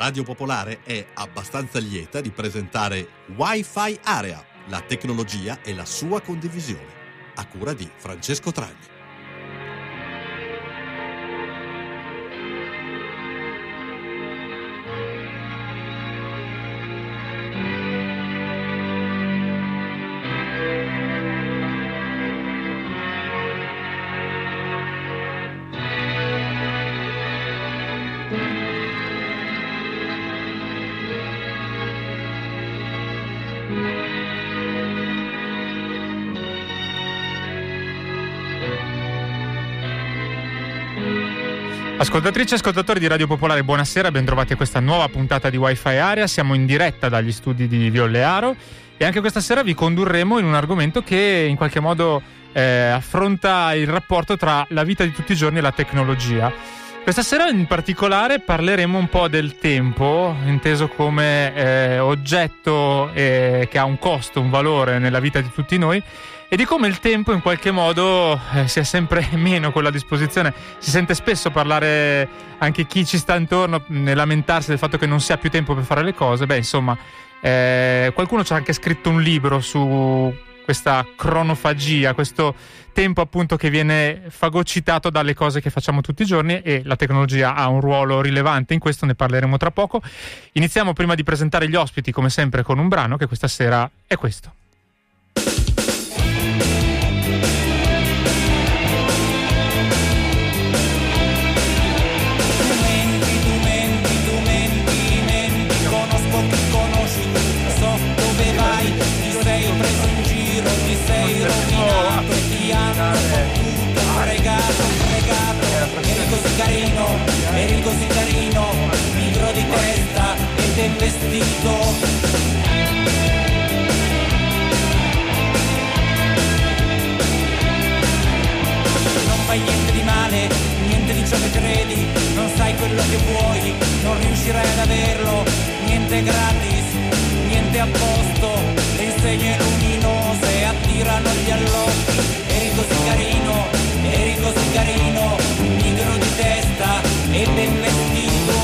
Radio Popolare è abbastanza lieta di presentare Wi-Fi Area, la tecnologia e la sua condivisione, a cura di Francesco Tragni. Ascoltatrici e ascoltatori di Radio Popolare, buonasera, bentrovati a questa nuova puntata di Wi-Fi Area. Siamo in diretta dagli studi di Viollearo e anche questa sera vi condurremo in un argomento che in qualche modo affronta il rapporto tra la vita di tutti i giorni e la tecnologia. Questa sera in particolare parleremo un po' del tempo, inteso come oggetto che ha un costo, un valore nella vita di tutti noi, e di come il tempo in qualche modo sia sempre meno quello a disposizione. Si sente spesso parlare, anche chi ci sta intorno, lamentarsi del fatto che non si ha più tempo per fare le cose. Beh, insomma, qualcuno ci ha anche scritto un libro su questa cronofagia, questo tempo appunto che viene fagocitato dalle cose che facciamo tutti i giorni, e la tecnologia ha un ruolo rilevante in questo, ne parleremo tra poco. Iniziamo prima di presentare gli ospiti come sempre con un brano che questa sera è questo. Eri così carino, pigro di testa e ben vestito. Non fai niente di male, niente di ciò che credi, non sai quello che vuoi, non riuscirai ad averlo, niente è gratis, niente è a posto, le insegne luminose attirano gli allocchi. Eri così carino, pigro di testa e ben vestito.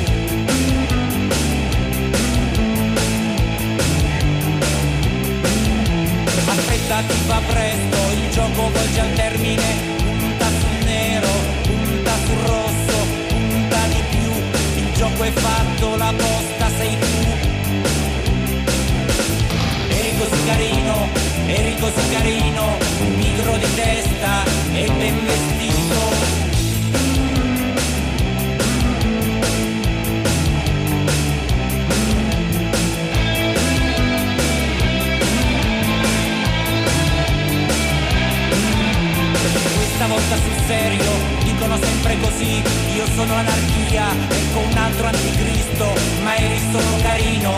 Aspetta, ti fa presto, il gioco volge al termine. Punta sul nero, punta sul rosso, punta di più. Il gioco è fatto, la posta sei tu. Eri così carino, pigro di testa e ben vestito. Questa volta sul serio, dicono sempre così, io sono l'anarchia, ecco un altro anticristo, ma eri solo carino,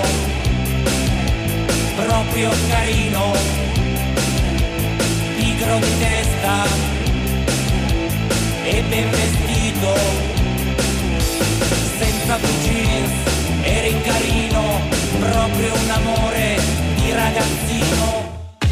proprio carino, pigro di testa e ben vestito, senza blue jeans, eri carino, proprio un amore di ragazzino.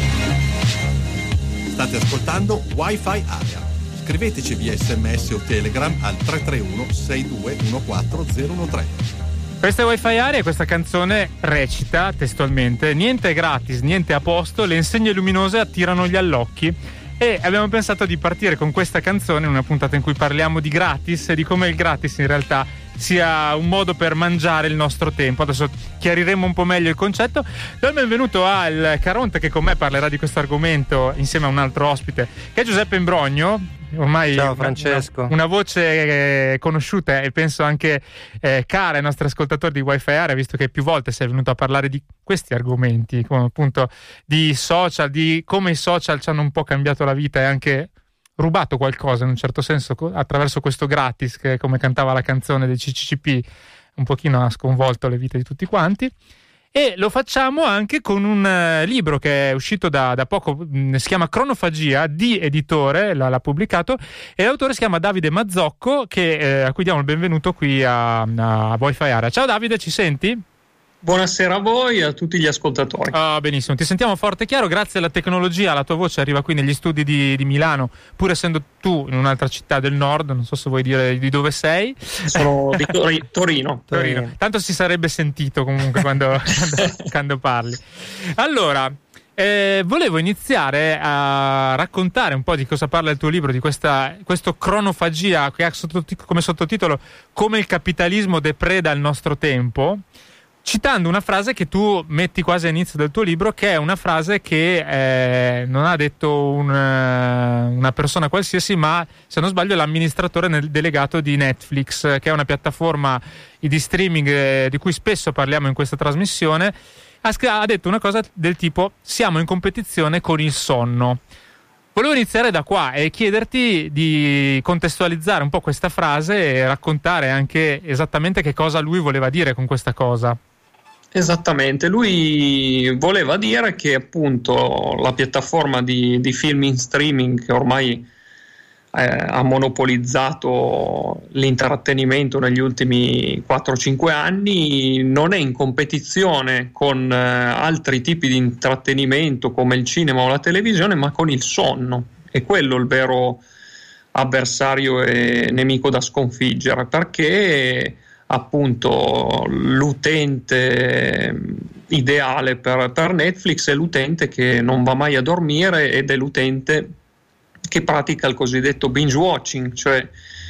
State ascoltando Wi-Fi Area. Scriveteci via SMS o Telegram al 331 6214 013. Questa è Wi-Fi Area e questa canzone recita testualmente: niente è gratis, niente è a posto, le insegne luminose attirano gli allocchi. E abbiamo pensato di partire con questa canzone in una puntata in cui parliamo di gratis e di come il gratis in realtà sia un modo per mangiare il nostro tempo. Adesso chiariremo un po' meglio il concetto. Do il benvenuto al Caronte, che con me parlerà di questo argomento insieme a un altro ospite, che è Giuseppe Imbrogno. Ormai ciao Francesco, una voce conosciuta e penso anche cara ai nostri ascoltatori di Wi-Fi Area, visto che più volte sei venuto a parlare di questi argomenti, come appunto di social, di come i social ci hanno un po' cambiato la vita e anche rubato qualcosa in un certo senso attraverso questo gratis che, come cantava la canzone dei CCCP, un pochino ha sconvolto le vite di tutti quanti. E lo facciamo anche con un libro che è uscito da poco, si chiama Cronofagia, di editore, l'ha pubblicato, e l'autore si chiama Davide Mazzocco, a cui diamo il benvenuto qui a Wi-Fi Area. Ciao Davide, ci senti? Buonasera a voi e a tutti gli ascoltatori. Benissimo, ti sentiamo forte e chiaro, grazie alla tecnologia la tua voce arriva qui negli studi di Milano, pur essendo tu in un'altra città del nord, non so se vuoi dire di dove sei. Sono di Torino. Tanto si sarebbe sentito comunque quando parli. Allora, volevo iniziare a raccontare un po' di cosa parla il tuo libro, di questo cronofagia che ha come sottotitolo Come il capitalismo depreda il nostro tempo, citando una frase che tu metti quasi all'inizio del tuo libro, che è una frase che non ha detto una persona qualsiasi, ma se non sbaglio l'amministratore delegato di Netflix, che è una piattaforma di streaming di cui spesso parliamo in questa trasmissione. Ha detto una cosa del tipo: siamo in competizione con il sonno. Volevo iniziare da qua e chiederti di contestualizzare un po' questa frase e raccontare anche esattamente che cosa lui voleva dire con questa cosa. Esattamente, lui voleva dire che appunto la piattaforma di film in streaming che ormai ha monopolizzato l'intrattenimento negli ultimi 4-5 anni non è in competizione con altri tipi di intrattenimento come il cinema o la televisione, ma con il sonno. È quello il vero avversario e nemico da sconfiggere, perché appunto l'utente ideale per Netflix è l'utente che non va mai a dormire ed è l'utente che pratica il cosiddetto binge watching, cioè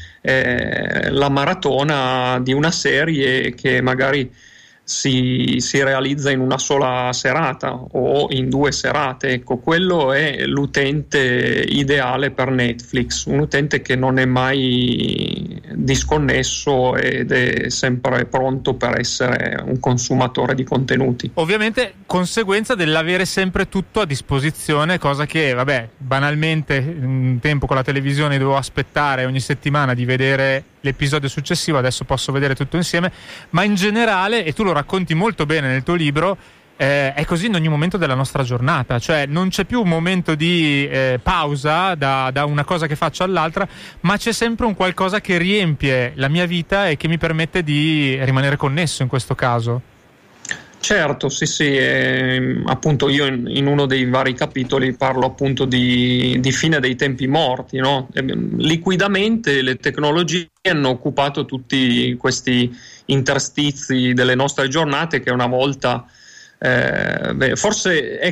la maratona di una serie che magari si realizza in una sola serata o in 2 serate. Ecco, quello è l'utente ideale per Netflix, un utente che non è mai disconnesso ed è sempre pronto per essere un consumatore di contenuti. Ovviamente conseguenza dell'avere sempre tutto a disposizione, cosa che banalmente un tempo con la televisione dovevo aspettare ogni settimana di vedere l'episodio successivo, adesso posso vedere tutto insieme, ma in generale, e tu lo racconti molto bene nel tuo libro, è così in ogni momento della nostra giornata, cioè non c'è più un momento di pausa da una cosa che faccio all'altra, ma c'è sempre un qualcosa che riempie la mia vita e che mi permette di rimanere connesso in questo caso. Certo, sì, appunto io in uno dei vari capitoli parlo appunto di fine dei tempi morti, no? Liquidamente le tecnologie hanno occupato tutti questi interstizi delle nostre giornate che una volta forse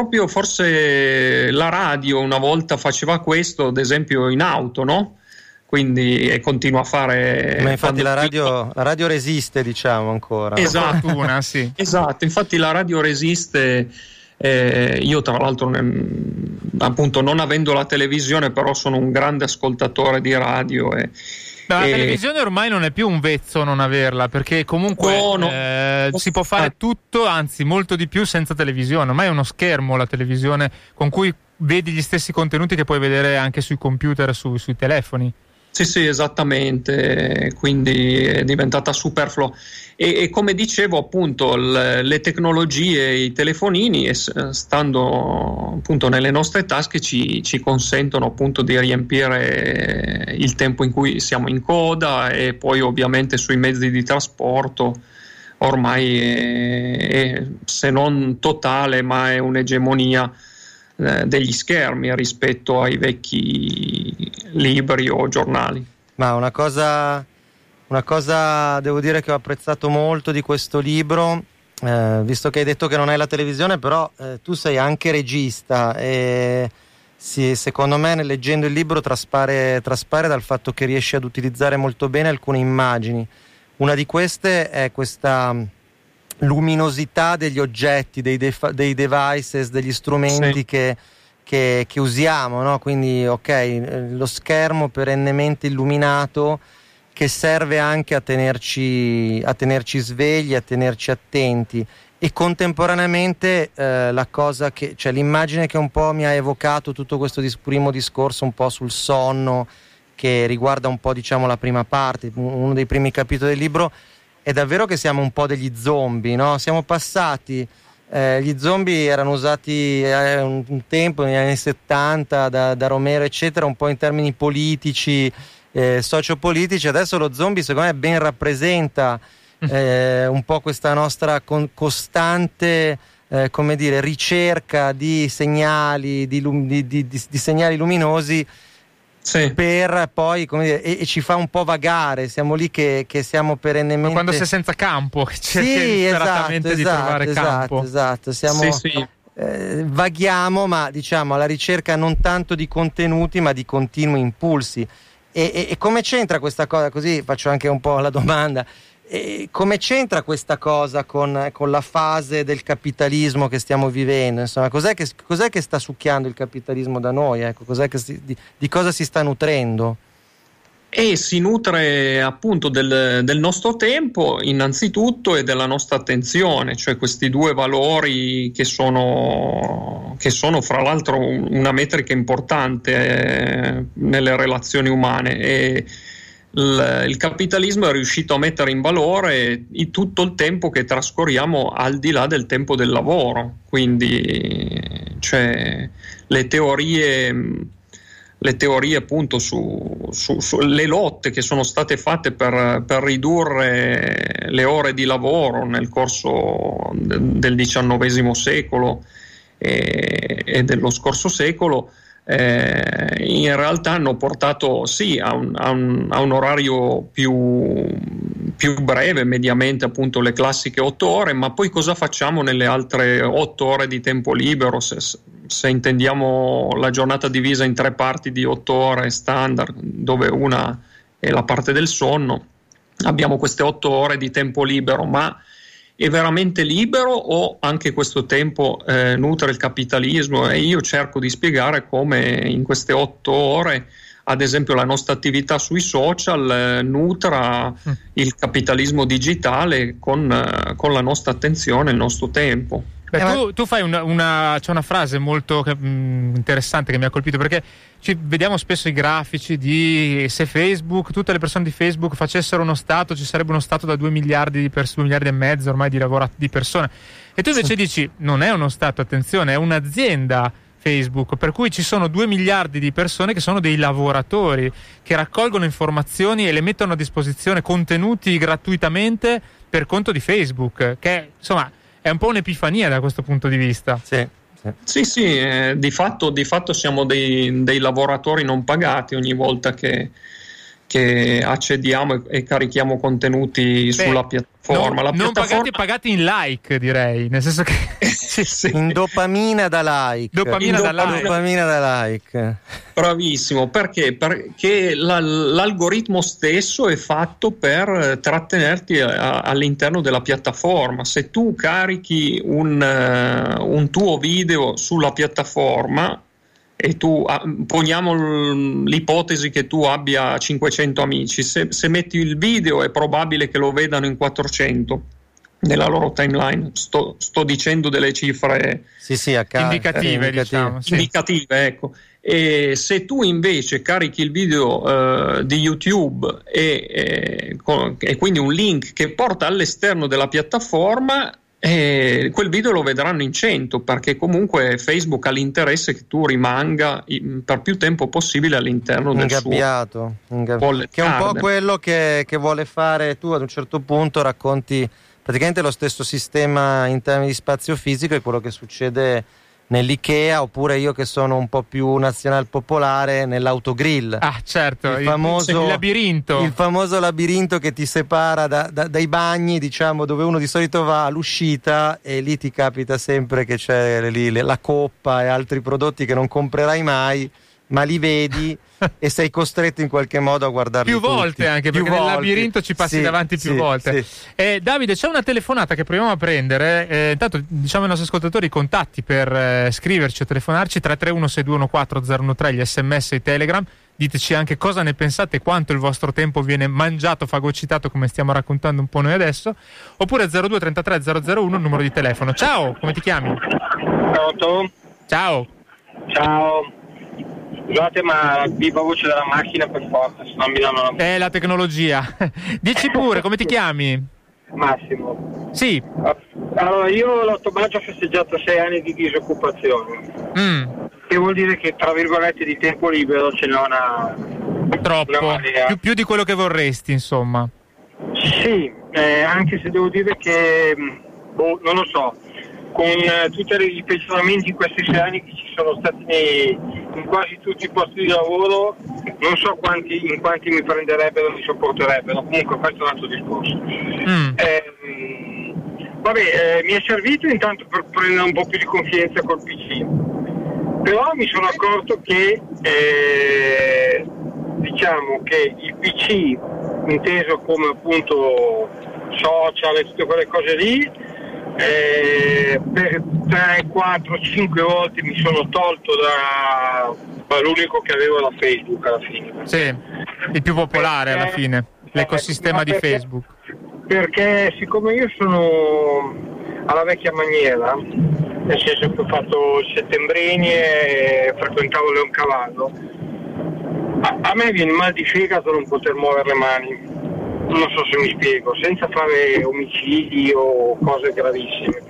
la radio una volta faceva questo, ad esempio in auto, no? Quindi e continua a fare. Ma infatti la radio resiste, diciamo, ancora. Esatto, sì. Esatto, infatti la radio resiste. Io tra l'altro appunto non avendo la televisione, però sono un grande ascoltatore di radio la televisione ormai non è più un vezzo non averla, perché comunque si può fare tutto, anzi molto di più senza televisione. Ormai è uno schermo la televisione con cui vedi gli stessi contenuti che puoi vedere anche sui computer, sui telefoni. Sì, esattamente, quindi è diventata superflua e come dicevo appunto le tecnologie, i telefonini stando appunto nelle nostre tasche ci consentono appunto di riempire il tempo in cui siamo in coda, e poi ovviamente sui mezzi di trasporto ormai è se non totale ma è un'egemonia degli schermi rispetto ai vecchi libri o giornali. Ma una cosa devo dire che ho apprezzato molto di questo libro, visto che hai detto che non hai la televisione, però tu sei anche regista e secondo me leggendo il libro traspare dal fatto che riesci ad utilizzare molto bene alcune immagini. Una di queste è questa luminosità degli oggetti, dei devices, degli strumenti che usiamo, no? Quindi lo schermo perennemente illuminato che serve anche a tenerci svegli, a tenerci attenti, e contemporaneamente la cosa cioè l'immagine che un po' mi ha evocato tutto questo primo discorso un po' sul sonno, che riguarda un po' diciamo la prima parte, uno dei primi capitoli del libro. È davvero che siamo un po' degli zombie, no? Siamo passati, gli zombie erano usati un tempo negli anni 70 da Romero eccetera, un po' in termini politici, sociopolitici. Adesso lo zombie secondo me ben rappresenta un po' questa nostra costante come dire, ricerca di segnali di segnali luminosi, sì, per poi, come dire, e ci fa un po' vagare. Siamo lì che siamo perennemente, quando sei senza campo, cerchi disperatamente di trovare campo. Esatto, siamo vaghiamo, ma diciamo alla ricerca non tanto di contenuti ma di continui impulsi. E come c'entra questa cosa? Così faccio anche un po' la domanda. Come c'entra questa cosa con la fase del capitalismo che stiamo vivendo? Insomma, cos'è che sta succhiando il capitalismo da noi? Ecco, di cosa si sta nutrendo? E si nutre appunto del nostro tempo innanzitutto e della nostra attenzione, cioè questi due valori che sono fra l'altro una metrica importante nelle relazioni umane. E il capitalismo è riuscito a mettere in valore tutto il tempo che trascorriamo al di là del tempo del lavoro, quindi cioè, le teorie appunto le lotte che sono state fatte per ridurre le ore di lavoro nel corso del XIX secolo e dello scorso secolo, in realtà hanno portato a un orario più breve, mediamente appunto le classiche 8 ore, ma poi cosa facciamo nelle altre 8 ore di tempo libero, se intendiamo la giornata divisa in 3 parti di 8 ore standard, dove una è la parte del sonno. Abbiamo queste 8 ore di tempo libero, ma è veramente libero o anche questo tempo nutre il capitalismo? E io cerco di spiegare come in queste 8 ore, ad esempio, la nostra attività sui social nutra il capitalismo digitale con la nostra attenzione, il nostro tempo. Beh, tu fai c'è una frase molto interessante che mi ha colpito, perché vediamo spesso i grafici di se Facebook, tutte le persone di Facebook facessero uno stato, ci sarebbe uno stato da 2 miliardi di 2 miliardi e mezzo ormai di persone, e tu invece dici non è uno stato, attenzione, è un'azienda Facebook, per cui ci sono 2 miliardi di persone che sono dei lavoratori che raccolgono informazioni e le mettono a disposizione, contenuti gratuitamente per conto di Facebook, che insomma è un po' un'epifania da questo punto di vista. Sì, di fatto siamo dei lavoratori non pagati ogni volta che accediamo e carichiamo contenuti sulla piattaforma. Non pagati in like, direi, nel senso che in dopamina da like. Dopamina da like. Bravissimo, perché l'algoritmo stesso è fatto per trattenerti all'interno della piattaforma. Se tu carichi un tuo video sulla piattaforma e tu poniamo l'ipotesi che tu abbia 500 amici, se metti il video è probabile che lo vedano in 400 nella loro timeline. Sto dicendo delle cifre indicative, diciamo, indicative, ecco. E se tu invece carichi il video di YouTube e quindi un link che porta all'esterno della piattaforma, quel video lo vedranno in 100, perché comunque Facebook ha l'interesse che tu rimanga per più tempo possibile all'interno del suo che è un po' quello che vuole fare. Tu ad un certo punto racconti praticamente lo stesso sistema in termini di spazio fisico, è quello che succede nell'Ikea, oppure io che sono un po' più nazional popolare, nell'autogrill. Ah, certo, il labirinto. Il famoso labirinto che ti separa dai bagni, diciamo, dove uno di solito va all'uscita, e lì ti capita sempre che c'è lì la coppa e altri prodotti che non comprerai mai, ma li vedi e sei costretto in qualche modo a guardarli più volte tutti. Anche perché nel labirinto ci passi davanti più volte. Davide, c'è una telefonata che proviamo a prendere. Intanto diciamo ai nostri ascoltatori i contatti per scriverci o telefonarci: 331-621-4013, gli SMS e i Telegram. Diteci anche cosa ne pensate, quanto il vostro tempo viene mangiato, fagocitato, come stiamo raccontando un po' noi adesso, oppure 02 33 001 il numero di telefono. Ciao, come ti chiami? Pronto? Ciao. Scusate, ma viva voce della macchina per forza, se no mi danno la... la tecnologia. Dici pure, come ti chiami? Massimo. Sì. Allora, io l'8 maggio ho festeggiato 6 anni di disoccupazione. Che vuol dire che, tra virgolette, di tempo libero ce n'è troppo. Più di quello che vorresti, insomma. Sì, anche se devo dire che non lo so, con tutti i peggioramenti in questi 6 anni che ci sono stati in quasi tutti i posti di lavoro, non so in quanti mi prenderebbero, mi sopporterebbero. Comunque questo è un altro discorso. Mi è servito intanto per prendere un po' più di confidenza col PC, però mi sono accorto che diciamo che il PC, inteso come appunto social e tutte quelle cose lì, per 3, 4, 5 volte mi sono tolto l'unico che avevo era Facebook alla fine. Sì, il più popolare alla fine, l'ecosistema di Facebook. Perché siccome io sono alla vecchia maniera, nel senso che ho fatto il settembrini e frequentavo Leoncavallo, a me viene mal di fegato non poter muovere le mani. Non so se mi spiego, senza fare omicidi o cose gravissime.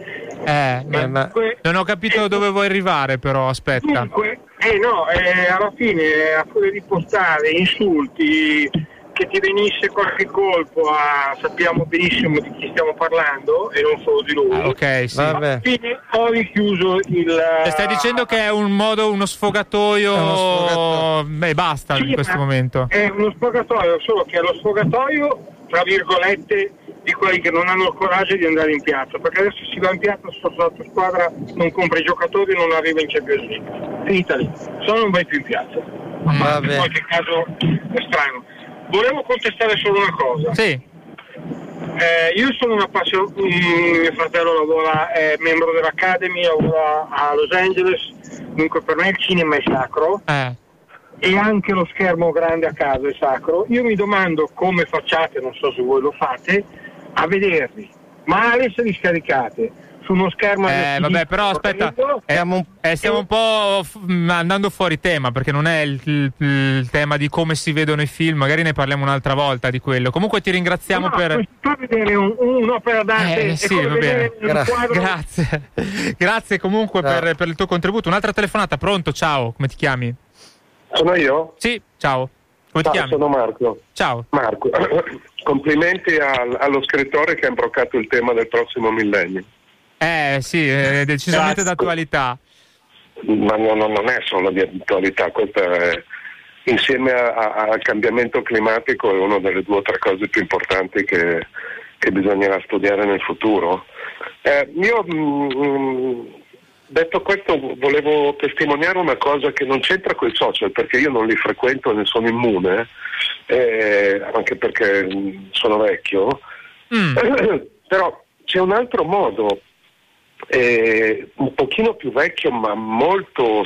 Non ho capito dove vuoi arrivare, però aspetta. Dunque, alla fine, a furia di postare insulti, che ti venisse qualche colpo, sappiamo benissimo di chi stiamo parlando e non solo di lui. Ok, sì. Alla fine ho richiuso il. Stai dicendo che è uno sfogatoio, e basta in questo momento. È uno sfogatoio, solo che è lo sfogatoio, tra virgolette, di quelli che non hanno il coraggio di andare in piazza, perché adesso si va in piazza sotto la tua squadra, non compra i giocatori e non arriva in Champions League. Finita lì, non vai più in piazza. Ma in qualche caso è strano. Volevo contestare solo una cosa. Sì. Io sono un appassionato, mio fratello lavora, è membro dell'Academy, lavora a Los Angeles, dunque per me il cinema è sacro e anche lo schermo grande a casa è sacro. Io mi domando come facciate, non so se voi lo fate, a vederli, ma se li scaricate su uno schermo però aspetta, stiamo un po' andando fuori tema, perché non è il tema di come si vedono i film, magari ne parliamo un'altra volta di quello. Comunque ti ringraziamo per vedere un'opera d'arte. Sì, va bene. Grazie comunque per il tuo contributo. Un'altra telefonata, pronto? Ciao, come ti chiami? Sono io? Sì, ciao. Come ti chiami? Sono Marco. Ciao. Marco, complimenti allo scrittore che ha imbroccato il tema del prossimo millennio. Sì, è decisamente d'attualità. Ma non è solo di attualità, questo è, insieme al cambiamento climatico, è una delle 2 o 3 cose più importanti che bisognerà studiare nel futuro. Detto questo, volevo testimoniare una cosa che non c'entra con i social, perché io non li frequento e ne sono immune, anche perché sono vecchio, però c'è un altro modo, un pochino più vecchio ma molto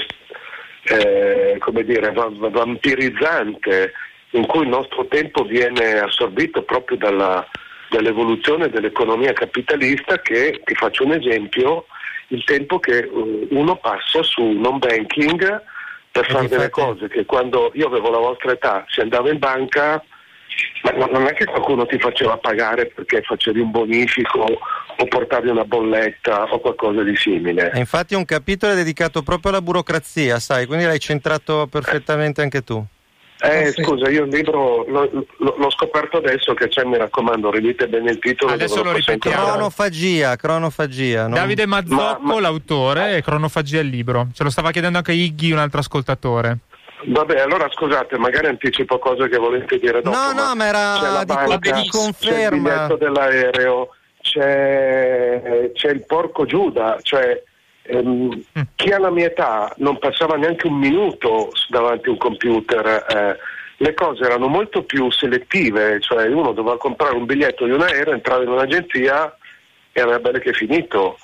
vampirizzante, in cui il nostro tempo viene assorbito proprio dall'evoluzione dell'economia capitalista, che, ti faccio un esempio, il tempo che uno passa su non banking per fare delle cose che quando io avevo la vostra età si andava in banca, ma non è che qualcuno ti faceva pagare perché facevi un bonifico o portavi una bolletta o qualcosa di simile. E infatti un capitolo è dedicato proprio alla burocrazia, sai, quindi l'hai centrato perfettamente anche tu. Scusa, io il libro l'ho scoperto adesso che c'è, mi raccomando, ridite bene il titolo. Adesso lo ripetiamo. Cronofagia. Davide Mazzocco, l'autore, e Cronofagia il libro. Ce lo stava chiedendo anche Iggy, un altro ascoltatore. Vabbè, allora scusate, magari anticipo cose che volete dire dopo. No, ma era di conferma. C'è il biglietto dell'aereo, c'è il porco Giuda, cioè chi ha la mia età non passava neanche un minuto davanti a un computer, le cose erano molto più selettive, cioè uno doveva comprare un biglietto di un aereo, entrava in un'agenzia e aveva bene che finito.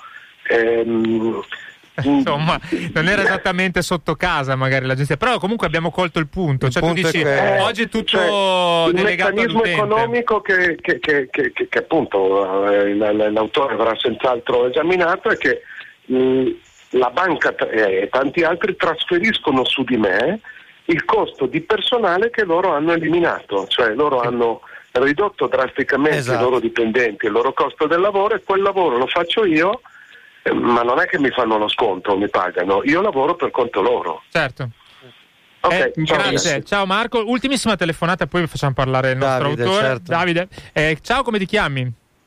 Insomma, non era esattamente sotto casa magari l'agenzia, però comunque abbiamo colto il punto. Cioè tu dici oggi è tutto delegato all'utente. Il meccanismo economico che appunto l'autore avrà senz'altro esaminato è che la banca e tanti altri trasferiscono su di me il costo di personale che loro hanno eliminato, cioè loro hanno ridotto drasticamente i loro dipendenti, il loro costo del lavoro, e quel lavoro lo faccio io, ma non è che mi fanno lo sconto, mi pagano, io lavoro per conto loro. Certo. Okay, grazie. Ciao Marco, ultimissima telefonata, poi facciamo parlare il nostro autore. Certo. Davide, ciao, come ti chiami?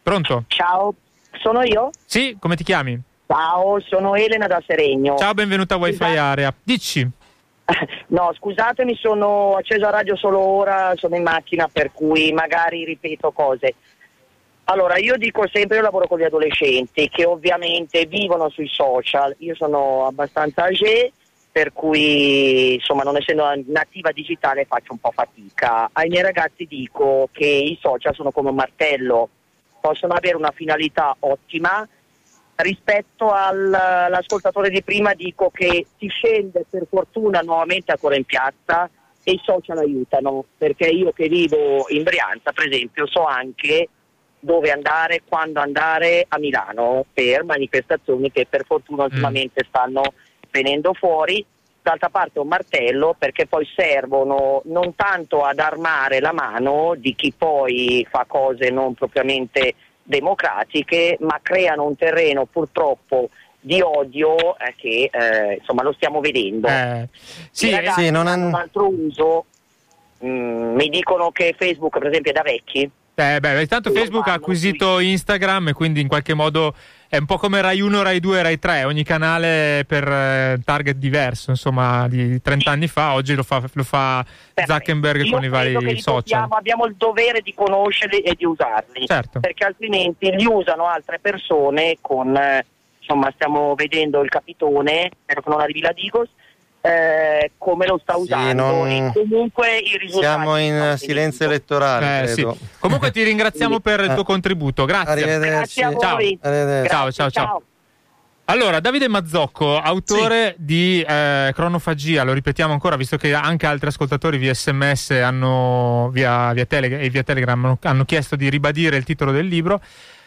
Pronto? Ciao, sono io? Sì, come ti chiami? Ciao, sono Elena da Seregno. Ciao, benvenuta a Wi-Fi Area. Dici? No, scusatemi, sono acceso a radio solo ora, sono in macchina, per cui magari ripeto cose. Allora, io dico sempre, io lavoro con gli adolescenti che ovviamente vivono sui social. Io sono abbastanza âgé, per cui insomma, non essendo nativa digitale faccio un po' fatica. Ai miei ragazzi dico che i social sono come un martello, possono avere una finalità ottima. Rispetto all'ascoltatore di prima dico che si scende per fortuna nuovamente ancora in piazza e i social aiutano, perché io che vivo in Brianza per esempio so anche dove andare, quando andare a Milano per manifestazioni che per fortuna ultimamente stanno venendo fuori. D'altra parte un martello, perché poi servono non tanto ad armare la mano di chi poi fa cose non propriamente democratiche, ma creano un terreno purtroppo di odio che insomma lo stiamo vedendo. Sì, i ragazzi hanno un altro uso. Mi dicono che Facebook per esempio è da vecchi. Intanto Facebook ha acquisito Instagram e quindi in qualche modo è un po' come Rai 1, Rai 2 e Rai 3, ogni canale per target diverso, insomma, di 30 anni fa, oggi lo fa Zuckerberg con i vari social. Abbiamo il dovere di conoscerli e di usarli, certo, perché altrimenti li usano altre persone con, insomma, stiamo vedendo il capitone, spero che non arrivi la Digos, come lo sta usando e comunque i risultati siamo in silenzio elettorale, credo. Sì. Comunque ti ringraziamo per il tuo contributo, grazie. Arrivederci. Grazie a voi. Arrivederci. Ciao. Allora, Davide Mazzocco, autore di Cronofagia, lo ripetiamo ancora visto che anche altri ascoltatori via SMS via Telegram hanno chiesto di ribadire il titolo del libro.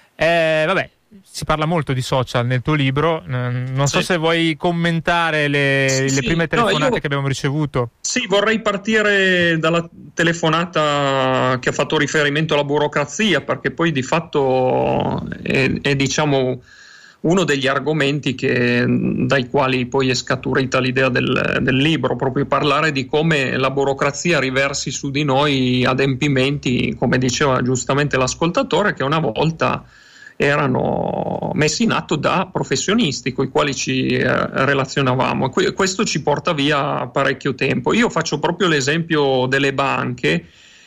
Si parla molto di social nel tuo libro, non so se vuoi commentare le prime telefonate che abbiamo ricevuto. Sì, vorrei partire dalla telefonata che ha fatto riferimento alla burocrazia, perché poi di fatto è diciamo uno degli argomenti dai quali poi è scaturita l'idea del libro, proprio parlare di come la burocrazia riversi su di noi adempimenti, come diceva giustamente l'ascoltatore, che una volta erano messi in atto da professionisti con i quali ci relazionavamo. Questo ci porta via parecchio tempo. Io faccio proprio l'esempio delle banche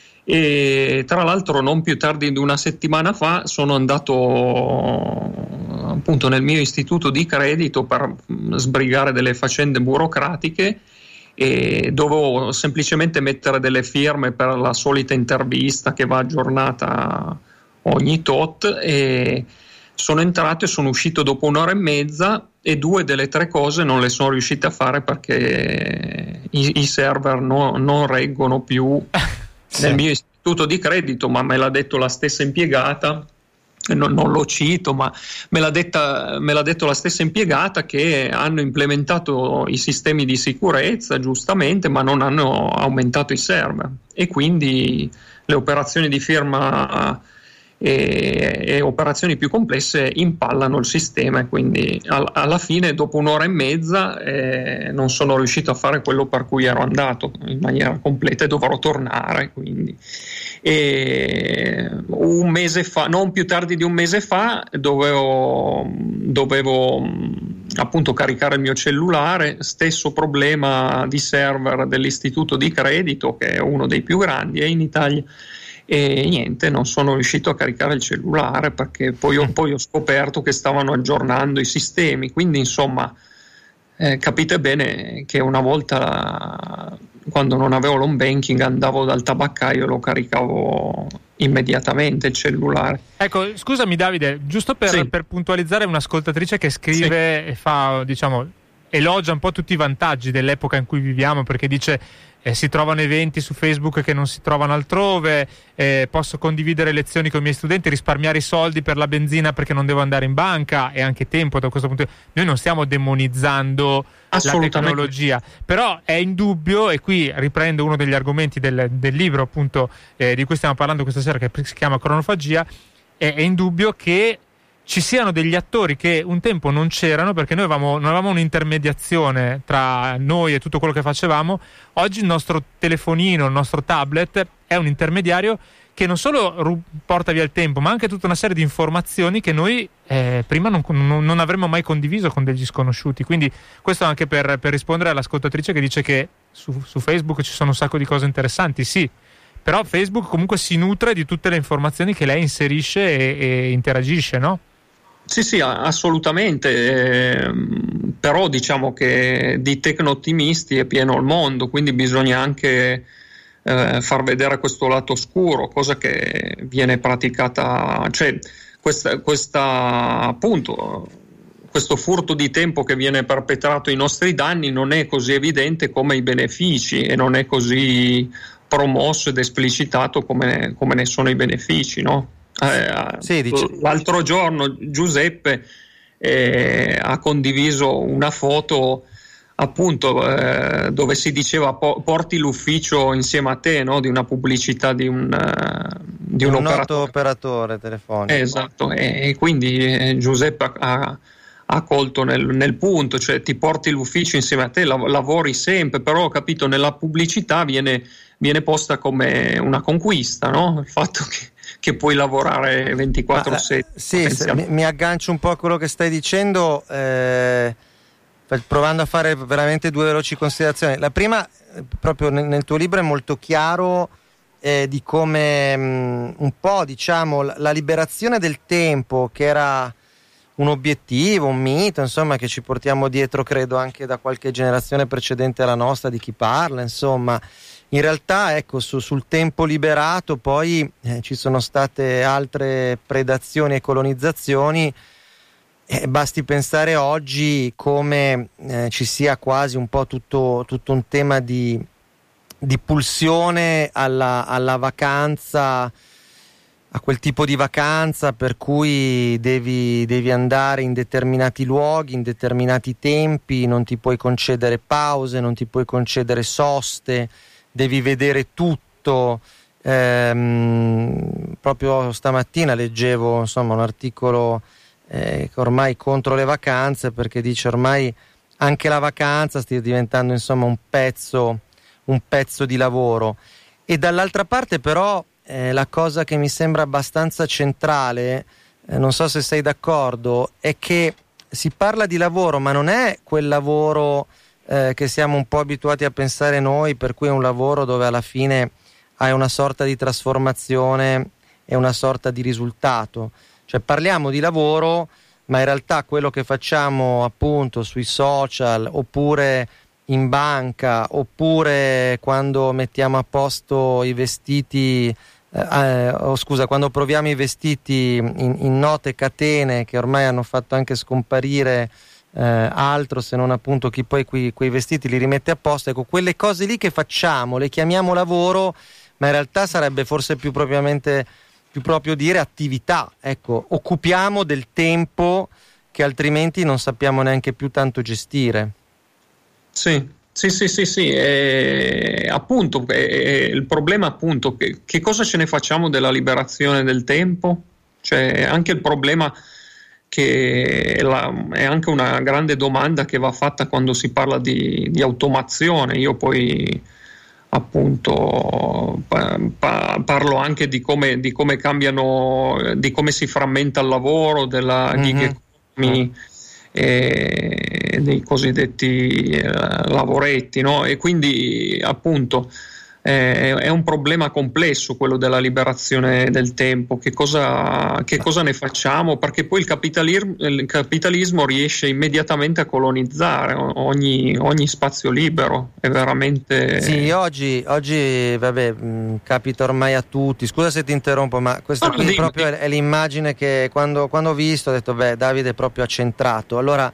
e tra l'altro non più tardi di una settimana fa sono andato appunto nel mio istituto di credito per sbrigare delle faccende burocratiche e dovevo semplicemente mettere delle firme per la solita intervista che va aggiornata ogni tot, e sono entrato e sono uscito dopo un'ora e mezza e 2 delle 3 cose non le sono riuscite a fare perché i server non reggono più nel mio istituto di credito, ma me l'ha detto la stessa impiegata, non lo cito, ma me l'ha detto la stessa impiegata che hanno implementato i sistemi di sicurezza giustamente, ma non hanno aumentato i server e quindi le operazioni di firma e operazioni più complesse impallano il sistema e quindi alla fine dopo un'ora e mezza non sono riuscito a fare quello per cui ero andato in maniera completa e dovrò tornare, quindi un mese fa, non più tardi di un mese fa, dovevo appunto caricare il mio cellulare, stesso problema di server dell'istituto di credito che è uno dei più grandi in Italia. E niente, non sono riuscito a caricare il cellulare perché poi ho scoperto che stavano aggiornando i sistemi, quindi insomma capite bene che una volta quando non avevo l'home banking andavo dal tabaccaio e lo caricavo immediatamente il cellulare. Ecco, scusami Davide, giusto per puntualizzare un'ascoltatrice che scrive e fa, diciamo, elogia un po' tutti i vantaggi dell'epoca in cui viviamo, perché dice si trovano eventi su Facebook che non si trovano altrove, posso condividere lezioni con i miei studenti, risparmiare i soldi per la benzina perché non devo andare in banca e anche tempo da questo punto di vista. Noi non stiamo demonizzando la tecnologia, però è indubbio, e qui riprendo uno degli argomenti del libro appunto di cui stiamo parlando questa sera, che si chiama Cronofagia, è indubbio che ci siano degli attori che un tempo non c'erano perché noi non avevamo un'intermediazione tra noi e tutto quello che facevamo. Oggi il nostro telefonino, il nostro tablet è un intermediario che non solo porta via il tempo, ma anche tutta una serie di informazioni che noi prima non avremmo mai condiviso con degli sconosciuti. Quindi questo anche per rispondere all'ascoltatrice che dice che su Facebook ci sono un sacco di cose interessanti. Sì, però Facebook comunque si nutre di tutte le informazioni che lei inserisce e interagisce, no? Sì, assolutamente, però diciamo che di tecno-ottimisti è pieno il mondo, quindi bisogna anche far vedere questo lato oscuro, cosa che viene praticata, cioè questa appunto questo furto di tempo che viene perpetrato ai nostri danni non è così evidente come i benefici e non è così promosso ed esplicitato come ne sono i benefici, no? L'altro giorno Giuseppe ha condiviso una foto appunto dove si diceva porti l'ufficio insieme a te, no? Di una pubblicità di un noto operatore telefonico. Esatto, e quindi Giuseppe ha colto nel punto, cioè ti porti l'ufficio insieme a te, lavori sempre, però ho capito nella pubblicità viene posta come una conquista, no? Il fatto che puoi lavorare 24/7. Sì, mi aggancio un po' a quello che stai dicendo, provando a fare veramente due veloci considerazioni. La prima, proprio nel tuo libro è molto chiaro di come un po', diciamo, la liberazione del tempo, che era un obiettivo, un mito, insomma, che ci portiamo dietro, credo, anche da qualche generazione precedente alla nostra, di chi parla, insomma. In realtà, ecco, sul tempo liberato poi ci sono state altre predazioni e colonizzazioni. Basti pensare oggi come ci sia quasi un po' tutto un tema di pulsione alla vacanza, a quel tipo di vacanza per cui devi andare in determinati luoghi, in determinati tempi, non ti puoi concedere pause, non ti puoi concedere soste, devi vedere tutto. Proprio stamattina leggevo, insomma, un articolo che ormai contro le vacanze, perché dice ormai anche la vacanza stia diventando, insomma, un pezzo di lavoro. E dall'altra parte però la cosa che mi sembra abbastanza centrale, non so se sei d'accordo, è che si parla di lavoro, ma non è quel lavoro che siamo un po' abituati a pensare noi, per cui è un lavoro dove alla fine hai una sorta di trasformazione e una sorta di risultato. Cioè parliamo di lavoro, ma in realtà quello che facciamo appunto sui social, oppure in banca, oppure quando mettiamo a posto i vestiti, quando proviamo i vestiti in note catene che ormai hanno fatto anche scomparire altro se non appunto chi poi quei vestiti li rimette a posto. Ecco, quelle cose lì che facciamo le chiamiamo lavoro, ma in realtà sarebbe forse più proprio dire attività. Ecco, occupiamo del tempo che altrimenti non sappiamo neanche più tanto gestire. Sì. Appunto, il problema appunto che cosa ce ne facciamo della liberazione del tempo? Cioè anche il problema che è anche una grande domanda che va fatta quando si parla di automazione. Io poi appunto parlo anche di come cambiano, di come si frammenta il lavoro, della gig economy e dei cosiddetti lavoretti, no? E quindi appunto è un problema complesso quello della liberazione del tempo. Che cosa ne facciamo? Perché poi il capitalismo riesce immediatamente a colonizzare ogni spazio libero. È veramente... Sì, oggi vabbè, capita ormai a tutti. Scusa se ti interrompo, ma questa qui proprio è l'immagine che quando ho visto ho detto, beh, Davide è proprio accentrato. Allora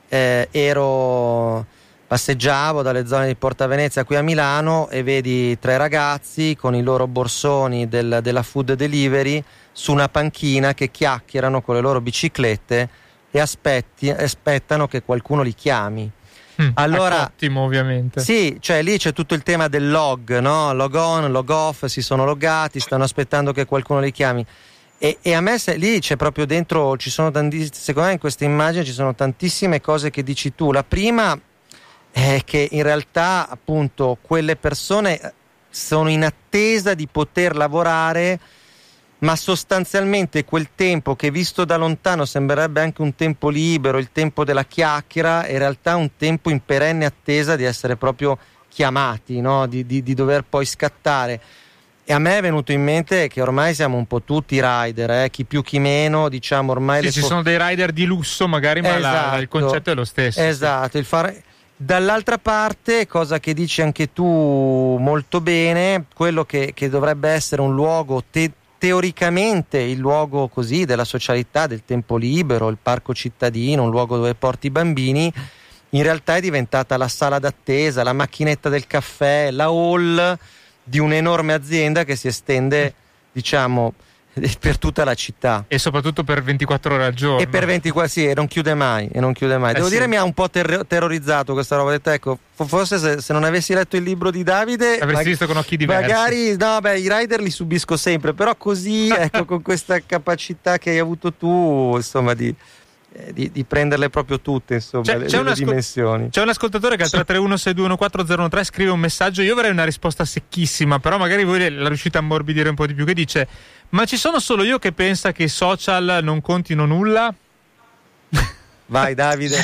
passeggiavo dalle zone di Porta Venezia qui a Milano e vedi 3 ragazzi con i loro borsoni della food delivery su una panchina che chiacchierano con le loro biciclette e aspettano che qualcuno li chiami. Allora, ottimo, ovviamente. Sì, cioè lì c'è tutto il tema del log, no? Log on, log off, si sono loggati, stanno aspettando che qualcuno li chiami. E a me lì c'è proprio dentro, secondo me in questa immagine ci sono tantissime cose che dici tu. La prima è che in realtà appunto quelle persone sono in attesa di poter lavorare, ma sostanzialmente quel tempo che visto da lontano sembrerebbe anche un tempo libero, il tempo della chiacchiera, in realtà è un tempo in perenne attesa di essere proprio chiamati, no? di dover poi scattare. E a me è venuto in mente che ormai siamo un po' tutti rider, chi più chi meno, diciamo ormai ci sono dei rider di lusso magari, ma esatto, il concetto è lo stesso. Esatto, dall'altra parte, cosa che dici anche tu molto bene, quello che dovrebbe essere un luogo teoricamente il luogo così della socialità, del tempo libero, il parco cittadino, un luogo dove porti i bambini, in realtà è diventata la sala d'attesa, la macchinetta del caffè, la hall di un'enorme azienda che si estende, diciamo, per tutta la città. E soprattutto per 24 ore al giorno. E per 24, sì, e non chiude mai. Devo dire, mi ha un po' terrorizzato questa roba. Ho detto, ecco, forse se non avessi letto il libro di Davide avresti visto con occhi diversi. Magari, no, beh, i rider li subisco sempre, però così, ecco, con questa capacità che hai avuto tu, insomma, di prenderle proprio tutte, insomma, le dimensioni. C'è un ascoltatore che al 331-6214013 scrive un messaggio. Io avrei una risposta secchissima, però magari voi la riuscite a ammorbidire un po' di più, che dice: ma ci sono solo io che pensa che i social non contino nulla? Vai Davide.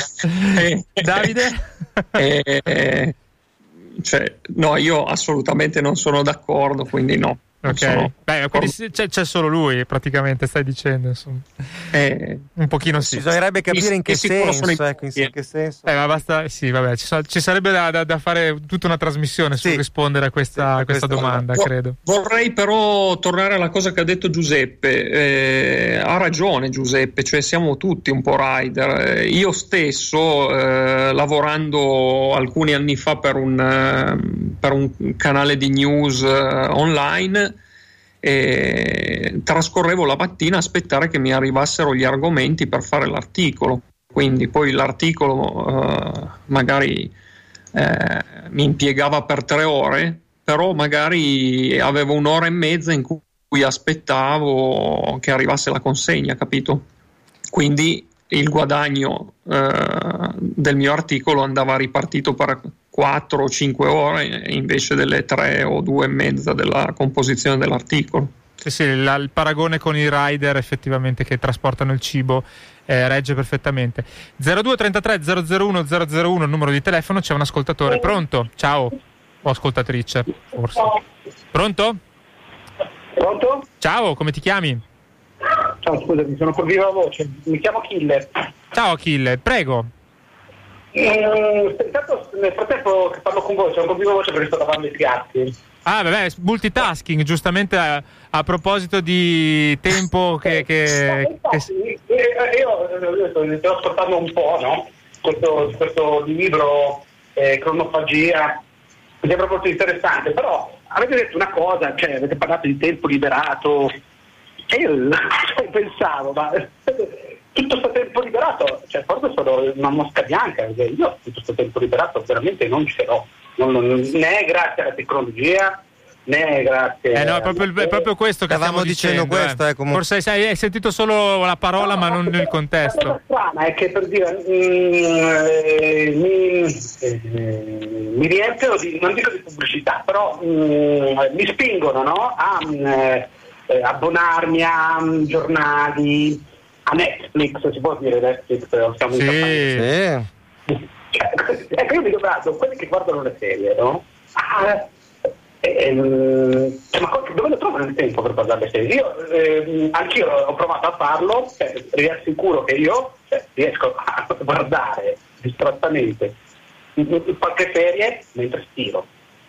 Davide? Cioè, no, io assolutamente non sono d'accordo, quindi no. Ok, beh, quindi c'è solo lui, praticamente, stai dicendo, insomma. Un pochino sì. Bisognerebbe capire in che senso, in che senso. Ma basta, sì, vabbè, ci sarebbe da fare tutta una trasmissione su rispondere a questa domanda, credo. Vorrei però tornare alla cosa che ha detto Giuseppe. Ha ragione Giuseppe, cioè siamo tutti un po' rider. Io stesso, lavorando alcuni anni fa per un canale di news online, trascorrevo la mattina a aspettare che mi arrivassero gli argomenti per fare l'articolo, quindi poi l'articolo magari mi impiegava per 3 ore, però magari avevo 1 ora e mezza in cui aspettavo che arrivasse la consegna, capito? Quindi il guadagno del mio articolo andava ripartito per 4 o 5 ore invece delle 3 o 2 e mezza della composizione dell'articolo. Sì, il paragone con i rider effettivamente che trasportano il cibo regge perfettamente. 02 33 001 001 il numero di telefono. C'è un ascoltatore. Pronto? Ciao. O ascoltatrice forse. Pronto? Ciao, come ti chiami? Ciao, scusami, sono con viva voce. Mi chiamo Killer. Ciao Killer, prego. Intanto nel frattempo che parlo con voi, sono con viva voce perché sto lavando i piatti. Ah, vabbè, multitasking, giustamente a proposito di tempo che io sto ascoltando un po', no? Questo libro Cronofagia, mi sembra molto interessante, però avete detto una cosa, cioè avete parlato di tempo liberato, e io pensavo, ma tutto questo tempo liberato, cioè forse sono una mosca bianca, perché io tutto questo tempo liberato veramente non ce l'ho, né grazie alla tecnologia, né grazie no, è proprio questo che stavamo dicendo questo, forse hai sentito solo la parola, ma non il contesto. La cosa strana è che, per dire, mi riempiono non dico di pubblicità, però mi spingono, no, a abbonarmi a giornali, a Netflix, si può dire Netflix? Siamo in ecco, io mi domando, quelli che guardano le serie, no? Ma dove lo trovano il tempo per guardare le serie? Io anch'io ho provato a farlo, vi assicuro che io riesco a guardare distrattamente qualche serie mentre stiro,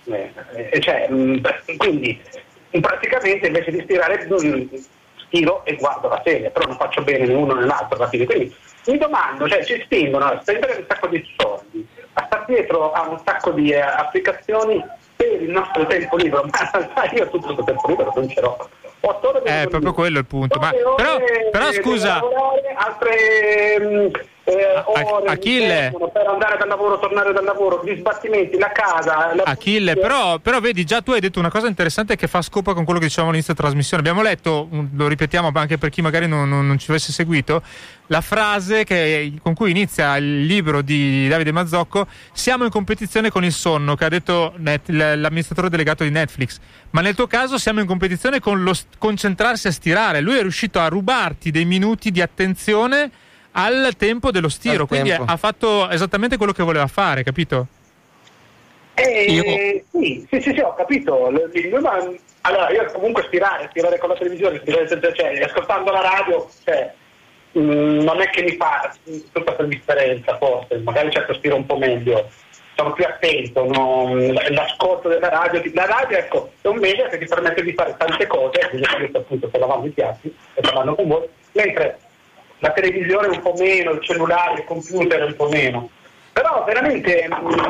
quindi praticamente invece di stirare stiro e guardo la serie, però non faccio bene né uno né l'altro alla fine. Quindi mi domando, cioè ci spingono a spendere un sacco di soldi, a star dietro a un sacco di applicazioni per il nostro tempo libero, ma io tutto questo tempo libero non ce l'ho. È proprio quello il punto. Ma però scusa, altre ore Achille, per andare dal lavoro, tornare dal lavoro, gli sbattimenti, la casa. Achille, però vedi, già tu hai detto una cosa interessante che fa scopa con quello che dicevamo all'inizio della trasmissione. Abbiamo letto, lo ripetiamo anche per chi magari non ci avesse seguito, la frase con cui inizia il libro di Davide Mazzocco: siamo in competizione con il sonno, che ha detto l'amministratore delegato di Netflix, ma nel tuo caso siamo in competizione con lo concentrarsi a stirare. Lui è riuscito a rubarti dei minuti di attenzione al tempo dello stiro, quindi ha fatto esattamente quello che voleva fare, capito? Sì, ho capito. Allora, io comunque stirare con la televisione, ascoltando la radio, non è che mi fa tutta quella differenza, forse, magari certo stiro un po' meglio, sono più attento, no? L'ascolto della radio, ecco, è un media che ti permette di fare tante cose, appunto sto lavando i piatti e parlando con voi, mentre la televisione un po' meno, il cellulare, il computer un po' meno. Però veramente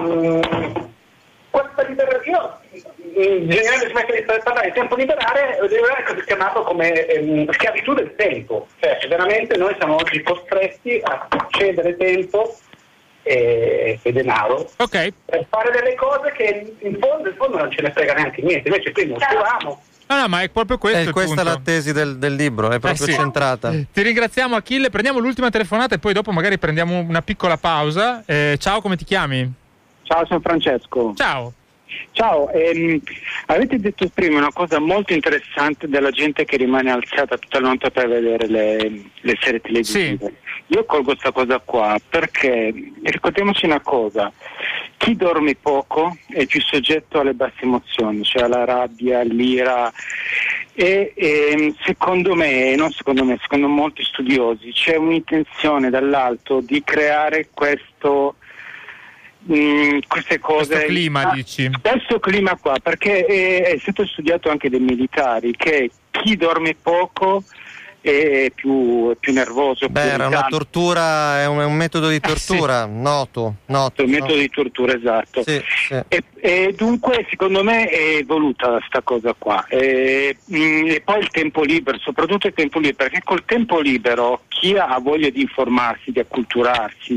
questa liberazione, in generale smettere di parlare di tempo liberare, è chiamato come schiavitù del tempo. Cioè veramente noi siamo oggi costretti a cedere tempo e denaro per fare delle cose che in fondo non ce ne frega neanche niente, invece qui non scriviamo. No, ma è proprio questo. Questa è la tesi del libro, è proprio centrata. Ti ringraziamo, Achille. Prendiamo l'ultima telefonata e poi dopo magari prendiamo una piccola pausa. Ciao, come ti chiami? Ciao, sono Francesco. Ciao. Ciao, avete detto prima una cosa molto interessante della gente che rimane alzata tutta la notte per vedere le serie televisive. Sì. Io colgo questa cosa qua perché ricordiamoci una cosa: chi dorme poco è più soggetto alle basse emozioni, cioè alla rabbia, all'ira, e secondo molti studiosi c'è un'intenzione dall'alto di creare queste cose, questo clima, dici? Questo clima qua, perché è stato studiato anche dai militari che chi dorme poco è più nervoso. Era una tortura, è un metodo di tortura noto. Un metodo di tortura, esatto. Sì. E dunque secondo me è voluta sta cosa qua. E poi il tempo libero, soprattutto il tempo libero, perché col tempo libero chi ha voglia di informarsi, di acculturarsi,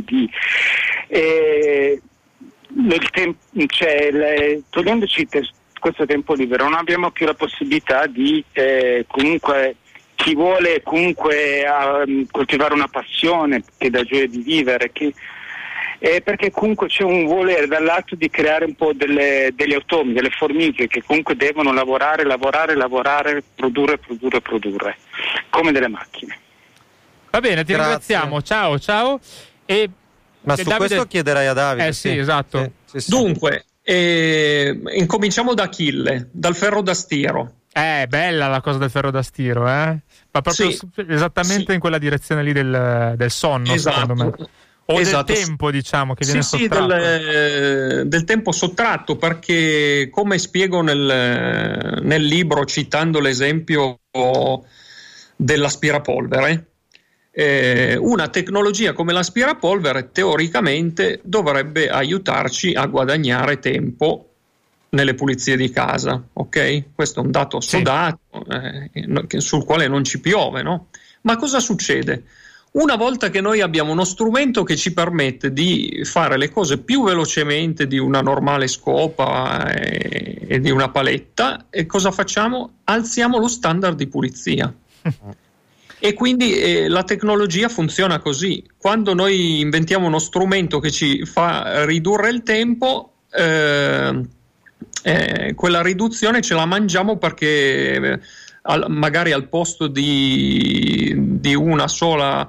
togliendoci questo tempo libero non abbiamo più la possibilità di comunque, chi vuole comunque coltivare una passione che dà gioia di vivere, perché comunque c'è un volere dall'alto di creare un po' degli automi, delle formiche che comunque devono lavorare, produrre, come delle macchine. Va bene, ti ringraziamo, ciao. Ma su Davide... questo chiederai a Davide. Sì, esatto. Sì. Dunque, incominciamo da Achille, dal ferro da stiro. Bella la cosa del ferro da stiro, Ma proprio esattamente in quella direzione lì del sonno, secondo me. O del tempo, diciamo, che viene sottratto. Del tempo sottratto, perché come spiego nel libro, citando l'esempio dell'aspirapolvere, una tecnologia come l'aspirapolvere teoricamente dovrebbe aiutarci a guadagnare tempo nelle pulizie di casa, ok? Questo è un dato assodato, sul quale non ci piove, no? Ma cosa succede? Una volta che noi abbiamo uno strumento che ci permette di fare le cose più velocemente di una normale scopa e di una paletta, e cosa facciamo? Alziamo lo standard di pulizia. E quindi la tecnologia funziona così. Quando noi inventiamo uno strumento che ci fa ridurre il tempo, quella riduzione ce la mangiamo, perché magari al posto di una sola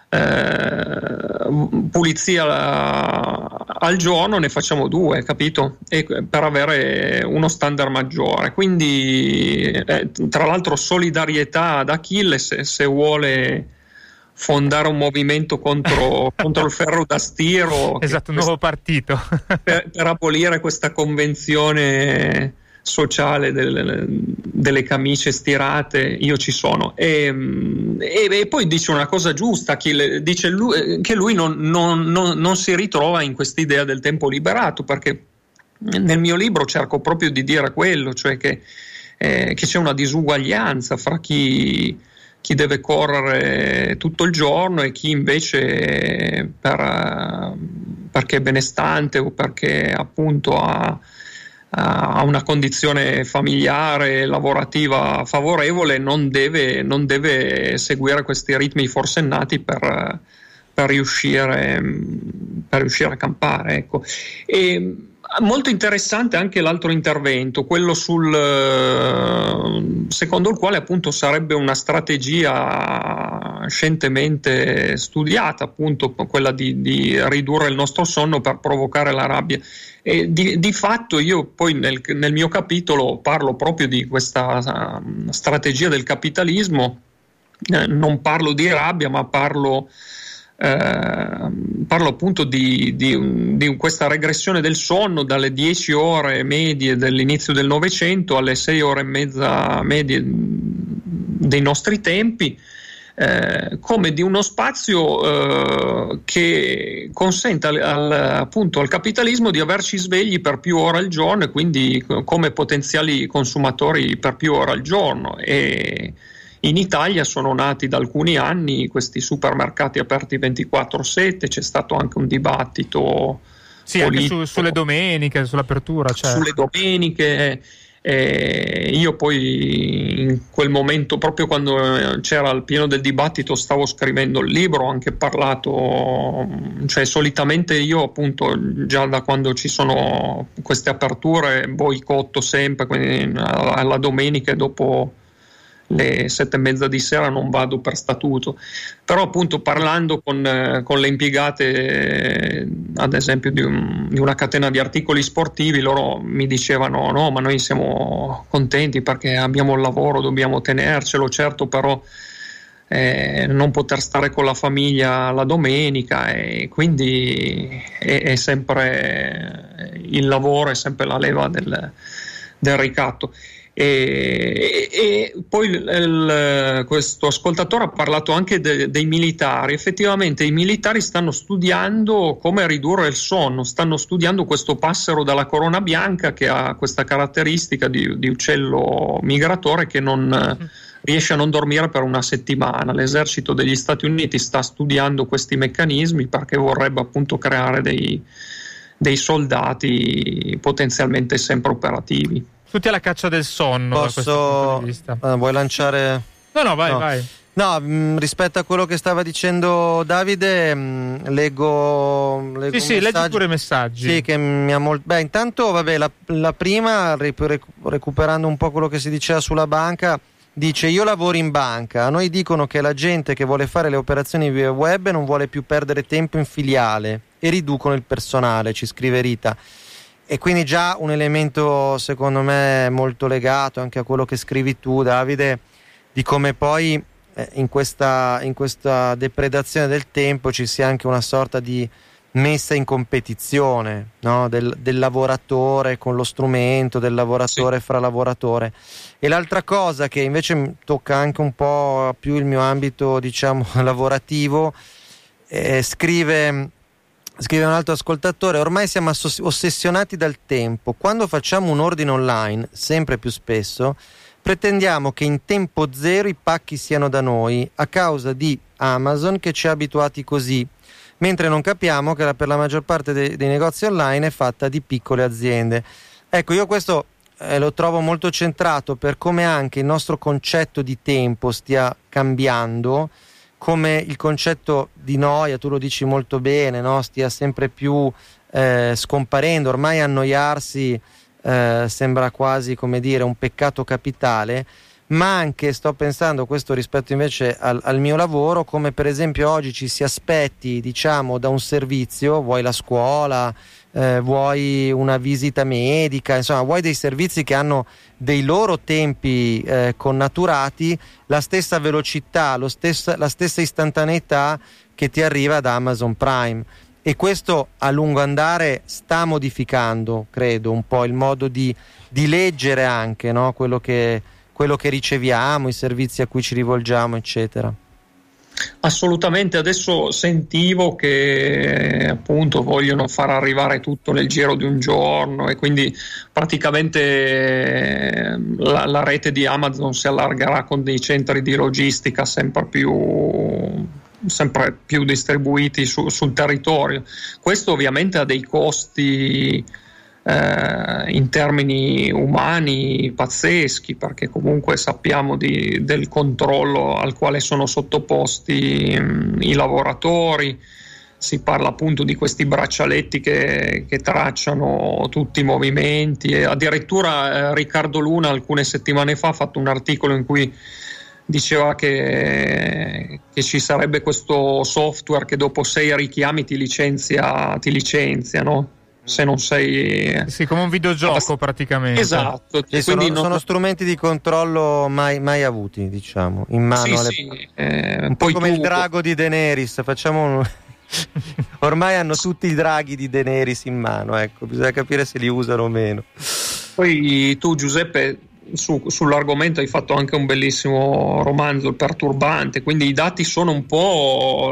pulizia al giorno ne facciamo 2, capito? E per avere uno standard maggiore. Quindi tra l'altro solidarietà ad Achille se vuole fondare un movimento contro il ferro da stiro, esatto, un nuovo partito per abolire questa convenzione sociale delle camicie stirate. Io ci sono, e poi dice una cosa giusta, dice che lui non si ritrova in quest'idea del tempo liberato, perché nel mio libro cerco proprio di dire quello, cioè che c'è una disuguaglianza fra chi chi deve correre tutto il giorno e chi invece perché è benestante o perché appunto ha una condizione familiare, lavorativa favorevole, non deve seguire questi ritmi forsennati per riuscire a campare, ecco. E molto interessante anche l'altro intervento, quello secondo il quale appunto sarebbe una strategia scientemente studiata, appunto quella di ridurre il nostro sonno per provocare la rabbia. E di fatto io poi nel mio capitolo parlo proprio di questa strategia del capitalismo, non parlo di rabbia, ma parlo appunto di questa regressione del sonno dalle 10 ore medie dell'inizio del Novecento alle 6 ore e mezza medie dei nostri tempi, come di uno spazio che consenta appunto al capitalismo di averci svegli per più ore al giorno e quindi come potenziali consumatori per più ore al giorno. E in Italia sono nati da alcuni anni questi supermercati aperti 24/7, c'è stato anche un dibattito anche sulle domeniche, sull'apertura, certo. Sulle domeniche. Io poi in quel momento, proprio quando c'era il pieno del dibattito, stavo scrivendo il libro, ho anche parlato, cioè solitamente io appunto già da quando ci sono queste aperture boicotto sempre, quindi alla domenica dopo le 7:30 di sera non vado per statuto, però appunto parlando con le impiegate ad esempio di una catena di articoli sportivi, loro mi dicevano no, ma noi siamo contenti perché abbiamo il lavoro, dobbiamo tenercelo, certo, però non poter stare con la famiglia la domenica, e quindi è sempre il lavoro, è sempre la leva del ricatto. E poi questo ascoltatore ha parlato anche dei militari. Effettivamente i militari stanno studiando come ridurre il sonno, stanno studiando questo passero dalla corona bianca che ha questa caratteristica di uccello migratore che non riesce a non dormire per una settimana. L'esercito degli Stati Uniti sta studiando questi meccanismi perché vorrebbe appunto creare dei soldati potenzialmente sempre operativi. Tutti alla caccia del sonno. Da questo punto di vista. Vuoi lanciare? No, vai. No, rispetto a quello che stava dicendo Davide, leggo sì, leggi pure i messaggi. Sì, che mi ha molto. Beh, intanto, vabbè, la prima, recuperando un po' quello che si diceva sulla banca, dice: io lavoro in banca, a noi dicono che la gente che vuole fare le operazioni via web non vuole più perdere tempo in filiale e riducono il personale, ci scrive Rita. E quindi già un elemento secondo me molto legato anche a quello che scrivi tu, Davide, di come poi in questa depredazione del tempo ci sia anche una sorta di messa in competizione, no? del lavoratore con lo strumento, del lavoratore fra lavoratore. E l'altra cosa che invece tocca anche un po' più il mio ambito, diciamo, lavorativo, scrive un altro ascoltatore: ormai siamo ossessionati dal tempo. Quando facciamo un ordine online, sempre più spesso, pretendiamo che in tempo zero i pacchi siano da noi a causa di Amazon che ci ha abituati così, mentre non capiamo che per la maggior parte dei negozi online è fatta di piccole aziende. Ecco, io questo lo trovo molto centrato per come anche il nostro concetto di tempo stia cambiando, come il concetto di noia, tu lo dici molto bene, no? Stia sempre più scomparendo. Ormai annoiarsi sembra quasi, come dire, un peccato capitale. Ma anche, sto pensando questo rispetto invece al mio lavoro, come per esempio oggi ci si aspetti, diciamo, da un servizio, vuoi la scuola, vuoi una visita medica, insomma vuoi dei servizi che hanno dei loro tempi connaturati, la stessa velocità, la stessa istantaneità che ti arriva da Amazon Prime. E questo a lungo andare sta modificando, credo, un po' il modo di leggere anche, no? quello che riceviamo, i servizi a cui ci rivolgiamo, eccetera. Assolutamente. Adesso sentivo che appunto vogliono far arrivare tutto nel giro di un giorno e quindi praticamente la rete di Amazon si allargherà con dei centri di logistica sempre più distribuiti sul territorio. Questo ovviamente ha dei costi in termini umani pazzeschi, perché comunque sappiamo del controllo al quale sono sottoposti i lavoratori. Si parla appunto di questi braccialetti che tracciano tutti i movimenti, e addirittura Riccardo Luna alcune settimane fa ha fatto un articolo in cui diceva che ci sarebbe questo software che dopo 6 richiami ti licenzia, no? Se non sei... Sì, come un videogioco praticamente. Esatto. E sono strumenti di controllo mai avuti, diciamo, in mano. Un po' come il drago di Daenerys, ormai hanno tutti i draghi di Daenerys in mano, ecco, bisogna capire se li usano o meno. Poi tu, Giuseppe, sull'argomento hai fatto anche un bellissimo romanzo, Il Perturbante, quindi i dati sono un po'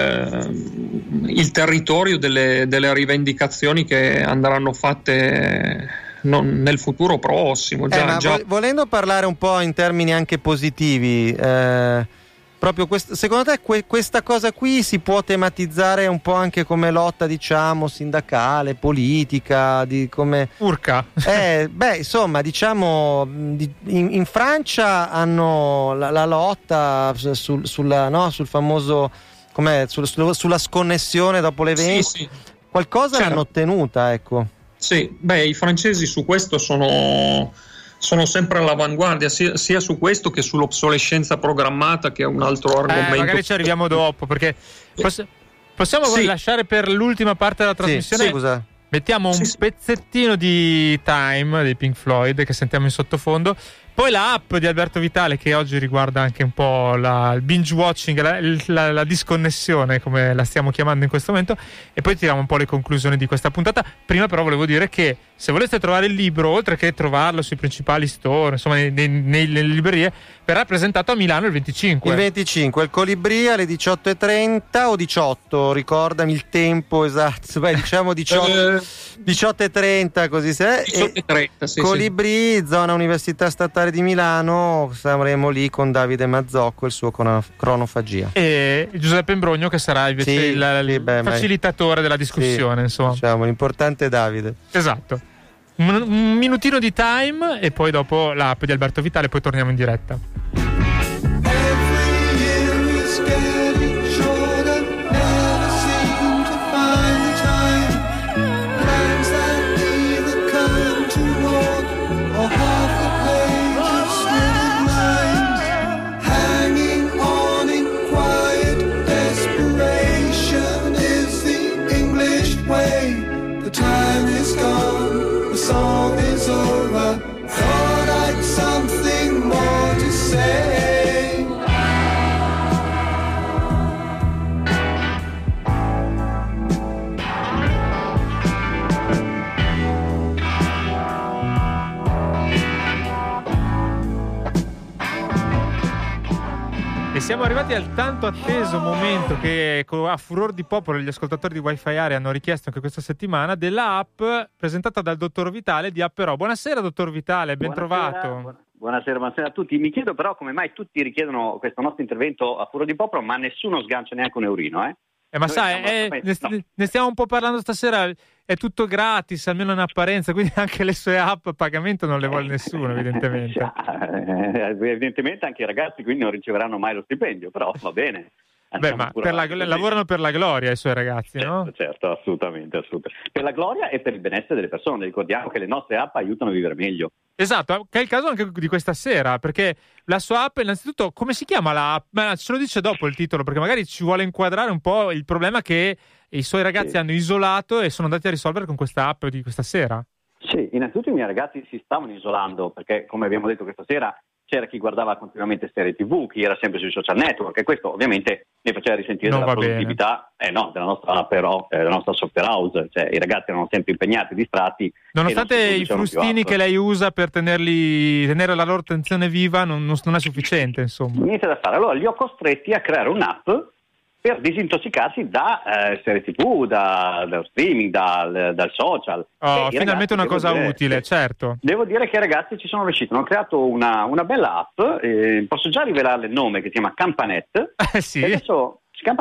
il territorio delle rivendicazioni che andranno fatte nel futuro prossimo. Volendo parlare un po' in termini anche positivi, proprio secondo te questa cosa qui si può tematizzare un po' anche come lotta, diciamo, sindacale, politica, come urca? Insomma, diciamo, in Francia hanno la lotta sul famoso, sulla sconnessione dopo l'evento. Sì. Qualcosa l'hanno ottenuta, ecco. Sì, i francesi su questo sono sempre all'avanguardia, sia su questo che sull'obsolescenza programmata, che è un altro argomento. Magari ci arriviamo dopo, perché possiamo lasciare per l'ultima parte della trasmissione. Scusa. Mettiamo un pezzettino di Time dei Pink Floyd che sentiamo in sottofondo, poi la app di Alberto Vitale, che oggi riguarda anche un po' il binge watching, la disconnessione, come la stiamo chiamando in questo momento, e poi tiriamo un po' le conclusioni di questa puntata. Prima però volevo dire che se voleste trovare il libro, oltre che trovarlo sui principali store, insomma nelle librerie, verrà presentato a Milano il 25. Il 25, il Colibrì alle 18:30 o 18, ricordami il tempo esatto. Diciamo 18:30, così se 18:30, sì. Colibrì, zona Università Statale di Milano, saremo lì con Davide Mazzocco e il suo cronofagia. E Giuseppe Imbrogno, che sarà invece il facilitatore della discussione, insomma. Diciamo, l'importante è Davide. Esatto. Un minutino di Time e poi dopo l'app di Alberto Vitale, poi torniamo in diretta. Song is over. Thought I'd something more to say. E siamo arrivati al tanto atteso momento che a furor di popolo gli ascoltatori di Wi-Fi Area hanno richiesto anche questa settimana, della app presentata dal dottor Vitale di Apperò. Buonasera dottor Vitale, ben trovato. Buonasera a tutti. Mi chiedo però come mai tutti richiedono questo nostro intervento a furor di popolo, ma nessuno sgancia neanche un eurino, ma sai, ne stiamo un po' parlando stasera, è tutto gratis, almeno in apparenza, quindi anche le sue app a pagamento non le vuole nessuno, evidentemente. Evidentemente anche i ragazzi quindi non riceveranno mai lo stipendio, però va bene. Ma lavorano per la gloria i suoi ragazzi, no? Certo, assolutamente. Per la gloria e per il benessere delle persone. Ricordiamo che le nostre app aiutano a vivere meglio. Esatto, che è il caso anche di questa sera, perché la sua app, innanzitutto, come si chiama la app? Ma ce lo dice dopo il titolo, perché magari ci vuole inquadrare un po' il problema che i suoi ragazzi hanno isolato e sono andati a risolvere con questa app di questa sera. Sì, innanzitutto i miei ragazzi si stavano isolando, perché come abbiamo detto questa sera c'era chi guardava continuamente serie TV, chi era sempre sui social network, e questo ovviamente ne faceva risentire della produttività della nostra app, però della nostra software house, cioè i ragazzi erano sempre impegnati, distratti. Nonostante i frustini che lei usa per tenere la loro attenzione viva, non è sufficiente, insomma. Niente da fare, allora li ho costretti a creare un'app per disintossicarsi da serie TV, dallo streaming, dal social. Finalmente ragazzi, una cosa utile, certo. Devo dire che i ragazzi ci sono riusciti, hanno creato una bella app, posso già rivelarle il nome, che si chiama Campanet. Sì. Adesso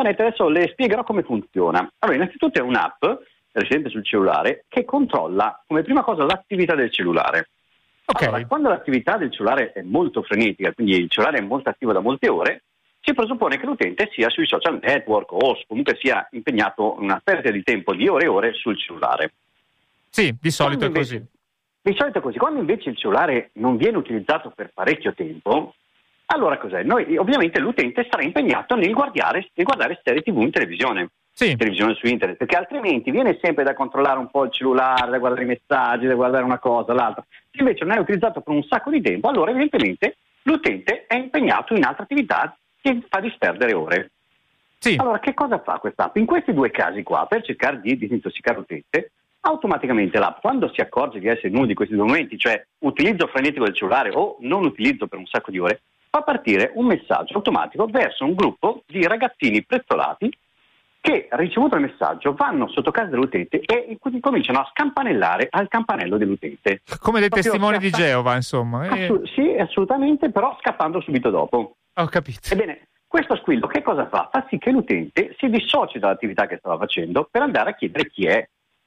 le spiegherò come funziona. Allora, innanzitutto è un'app residente sul cellulare che controlla come prima cosa l'attività del cellulare. Okay. Allora, quando l'attività del cellulare è molto frenetica, quindi il cellulare è molto attivo da molte ore, si presuppone che l'utente sia sui social network o comunque sia impegnato in una perdita di tempo di ore e ore sul cellulare. Sì, di solito è così. Di solito è così. Quando invece il cellulare non viene utilizzato per parecchio tempo, allora cos'è? Ovviamente l'utente sarà impegnato nel guardare serie TV in televisione. Sì. Televisione su internet, perché altrimenti viene sempre da controllare un po' il cellulare, da guardare i messaggi, da guardare una cosa, l'altra. Se invece non è utilizzato per un sacco di tempo, allora evidentemente l'utente è impegnato in altre attività che fa disperdere ore. Sì. Allora, che cosa fa quest'app? In questi due casi qua, per cercare di disintossicare l'utente, automaticamente l'app, quando si accorge di essere in uno di questi due momenti, cioè utilizzo frenetico del cellulare o non utilizzo per un sacco di ore, fa partire un messaggio automatico verso un gruppo di ragazzini prezzolati che, ricevuto il messaggio, vanno sotto casa dell'utente e cominciano a scampanellare al campanello dell'utente. Come dei testimoni di Geova, insomma. Sì, assolutamente, però scappando subito dopo. Ho capito. Ebbene, questo squillo che cosa fa? Fa sì che l'utente si dissoci dall'attività che stava facendo per andare a chiedere chi è.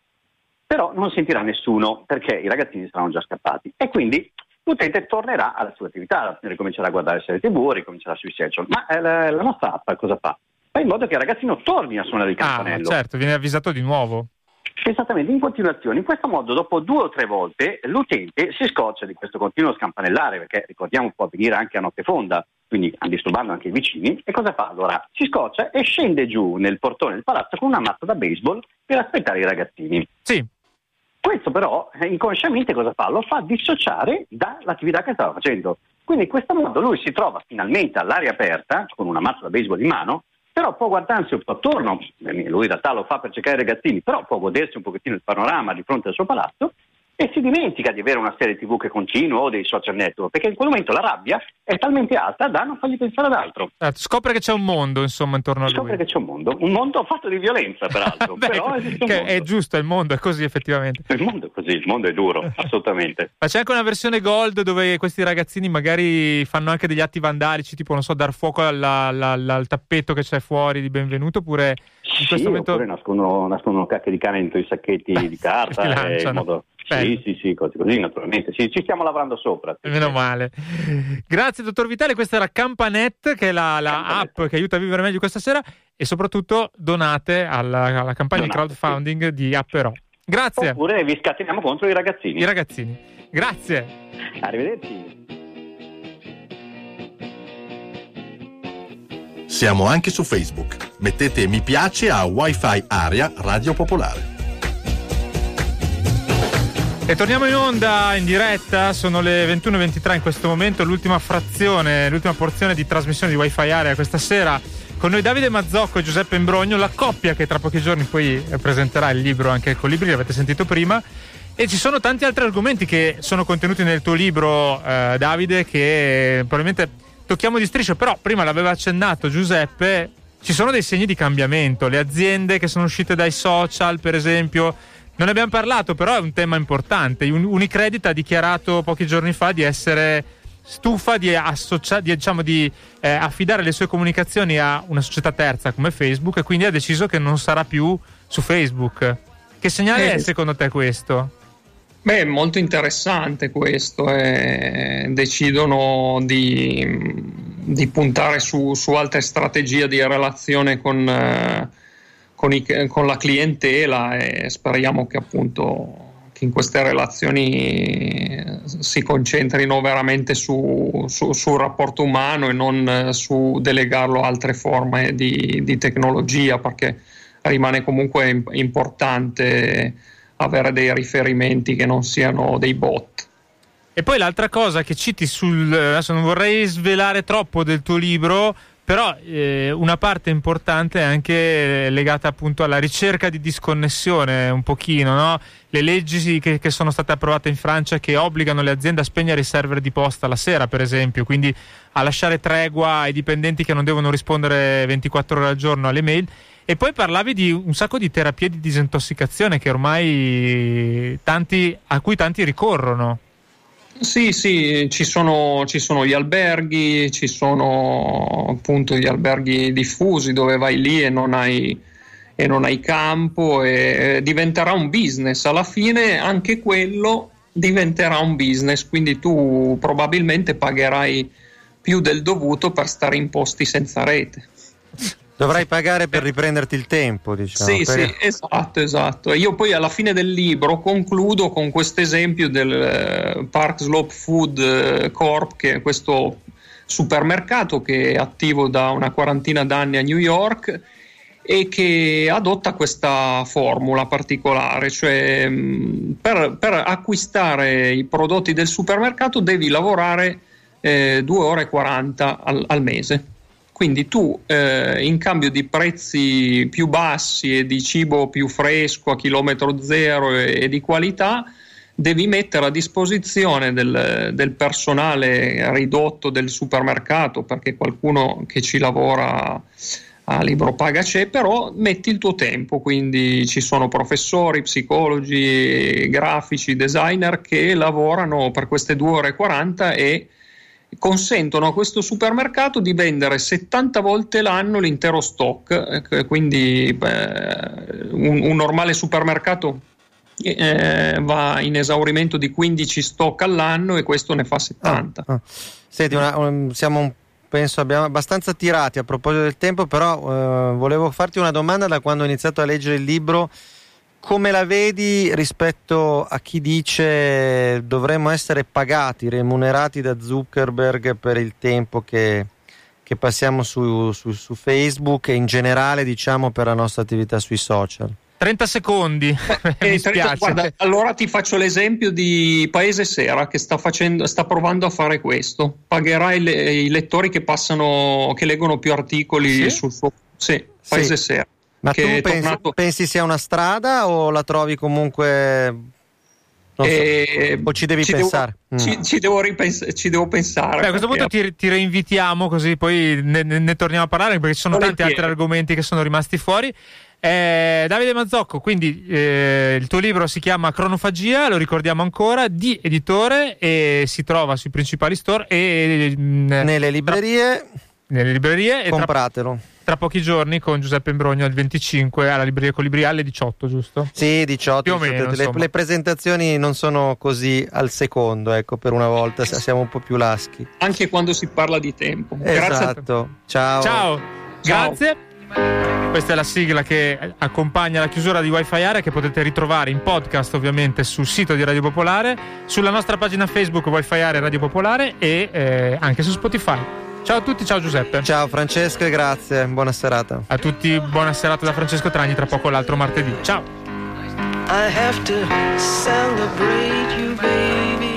Però non sentirà nessuno, perché i ragazzini saranno già scappati. E quindi l'utente tornerà alla sua attività, ricomincerà a guardare serie TV, ricomincerà sui social. Ma la nostra app cosa fa? Fa in modo che il ragazzino torni a suonare il campanello. Certo, viene avvisato di nuovo. Esattamente, in continuazione. In questo modo, dopo 2 o 3 volte, l'utente si scoccia di questo continuo scampanellare, perché ricordiamo può avvenire anche a notte fonda, quindi disturbando anche i vicini. E cosa fa? Allora, si scoccia e scende giù nel portone del palazzo con una mazza da baseball per aspettare i ragazzini. Sì. Questo però, inconsciamente cosa fa? Lo fa dissociare dall'attività che stava facendo. Quindi in questo modo lui si trova finalmente all'aria aperta, con una mazza da baseball in mano, però può guardarsi un po' attorno, lui in realtà lo fa per cercare i ragazzini, però può godersi un pochettino il panorama di fronte al suo palazzo e si dimentica di avere una serie TV che continua o dei social network, perché in quel momento la rabbia è talmente alta da non fargli pensare ad altro. Scopre che c'è un mondo, insomma, intorno a lui. Scopre che c'è un mondo fatto di violenza, peraltro. Beh, però è giusto, il mondo è così effettivamente. Il mondo è così, il mondo è duro, assolutamente. Ma c'è anche una versione gold dove questi ragazzini magari fanno anche degli atti vandalici, tipo, non so, dar fuoco al tappeto che c'è fuori di benvenuto, oppure in questo momento... oppure nascondono cacche di cane dentro i sacchetti di carta in modo... Sì, così, naturalmente. Sì, ci stiamo lavorando sopra. Meno male. Grazie, dottor Vitale. Questa era Campanet, che è la app che aiuta a vivere meglio questa sera, e soprattutto donate alla campagna di crowdfunding di Apperò. Grazie. Oppure vi scateniamo contro i ragazzini. Grazie. Arrivederci. Siamo anche su Facebook. Mettete mi piace a Wi-Fi Area Radio Popolare. E torniamo in onda, in diretta, sono le 21:23 in questo momento, l'ultima porzione di trasmissione di Wi-Fi Area questa sera. Con noi Davide Mazzocco e Giuseppe Imbrogno, la coppia che tra pochi giorni poi presenterà il libro anche con Libri, l'avete sentito prima. E ci sono tanti altri argomenti che sono contenuti nel tuo libro, Davide, che probabilmente tocchiamo di striscio, però prima l'aveva accennato Giuseppe, ci sono dei segni di cambiamento, le aziende che sono uscite dai social, per esempio. Non ne abbiamo parlato, però è un tema importante. Unicredit ha dichiarato pochi giorni fa di essere stufa di affidare le sue comunicazioni a una società terza come Facebook, e quindi ha deciso che non sarà più su Facebook. Che segnale è secondo te questo? Beh, è molto interessante questo. Decidono di puntare su altre strategie di relazione con la clientela, e speriamo che appunto che in queste relazioni si concentrino veramente sul rapporto umano e non su delegarlo a altre forme di tecnologia, perché rimane comunque importante avere dei riferimenti che non siano dei bot. E poi l'altra cosa che citi adesso non vorrei svelare troppo del tuo libro, Però una parte importante è anche legata appunto alla ricerca di disconnessione un pochino, no? Le leggi che sono state approvate in Francia che obbligano le aziende a spegnere i server di posta la sera, per esempio, quindi a lasciare tregua ai dipendenti che non devono rispondere 24 ore al giorno alle mail. E poi parlavi di un sacco di terapie di disintossicazione che ormai a cui tanti ricorrono. Sì, ci sono gli alberghi, ci sono appunto gli alberghi diffusi dove vai lì e non hai campo, e diventerà un business. Alla fine anche quello diventerà un business, quindi tu probabilmente pagherai più del dovuto per stare in posti senza rete. Dovrai pagare per riprenderti il tempo, diciamo. Sì, esatto. E io poi alla fine del libro concludo con questo esempio del Park Slope Food Corp, che è questo supermercato che è attivo da una quarantina d'anni a New York e che adotta questa formula particolare, cioè per acquistare i prodotti del supermercato devi lavorare 2 ore e 40 al mese. Quindi tu in cambio di prezzi più bassi e di cibo più fresco a chilometro zero e di qualità, devi mettere a disposizione del personale ridotto del supermercato, perché qualcuno che ci lavora a libro paga c'è, però metti il tuo tempo, quindi ci sono professori, psicologi, grafici, designer che lavorano per queste 2 ore e 40 e consentono a questo supermercato di vendere 70 volte l'anno l'intero stock, quindi un normale supermercato va in esaurimento di 15 stock all'anno e questo ne fa 70. Senti, abbiamo abbastanza tirati a proposito del tempo, però volevo farti una domanda. Da quando ho iniziato a leggere il libro, come la vedi rispetto a chi dice dovremmo essere pagati, remunerati da Zuckerberg per il tempo che passiamo su Facebook e in generale, diciamo, per la nostra attività sui social? 30 secondi. Mi spiace. Guarda, allora ti faccio l'esempio di Paese Sera, che sta provando a fare questo. Pagherà i lettori che leggono più articoli sul suo Paese Sera. Ma tu pensi sia una strada o la trovi comunque? O ci devi pensare? Ci devo pensare. Beh, a questo punto ti reinvitiamo, così poi ne torniamo a parlare, perché ci sono tanti altri argomenti che sono rimasti fuori. Davide Mazzocco, quindi il tuo libro si chiama Cronofagia, lo ricordiamo ancora, di editore, e si trova sui principali store e nelle librerie. E compratelo. Tra pochi giorni con Giuseppe Imbrogno al 25 alla libreria Colibri alle 18, giusto? Sì, 18. Più o meno, le presentazioni non sono così al secondo, ecco, per una volta siamo un po' più laschi. Anche quando si parla di tempo. Esatto. Ciao. Grazie. Questa è la sigla che accompagna la chiusura di Wi-Fi Area, che potete ritrovare in podcast ovviamente sul sito di Radio Popolare, sulla nostra pagina Facebook Wi-Fi Area Radio Popolare e anche su Spotify. Ciao a tutti, ciao Giuseppe. Ciao Francesco e grazie, buona serata. A tutti buona serata da Francesco Tragni, tra poco l'altro martedì. Ciao. I have to celebrate you, baby.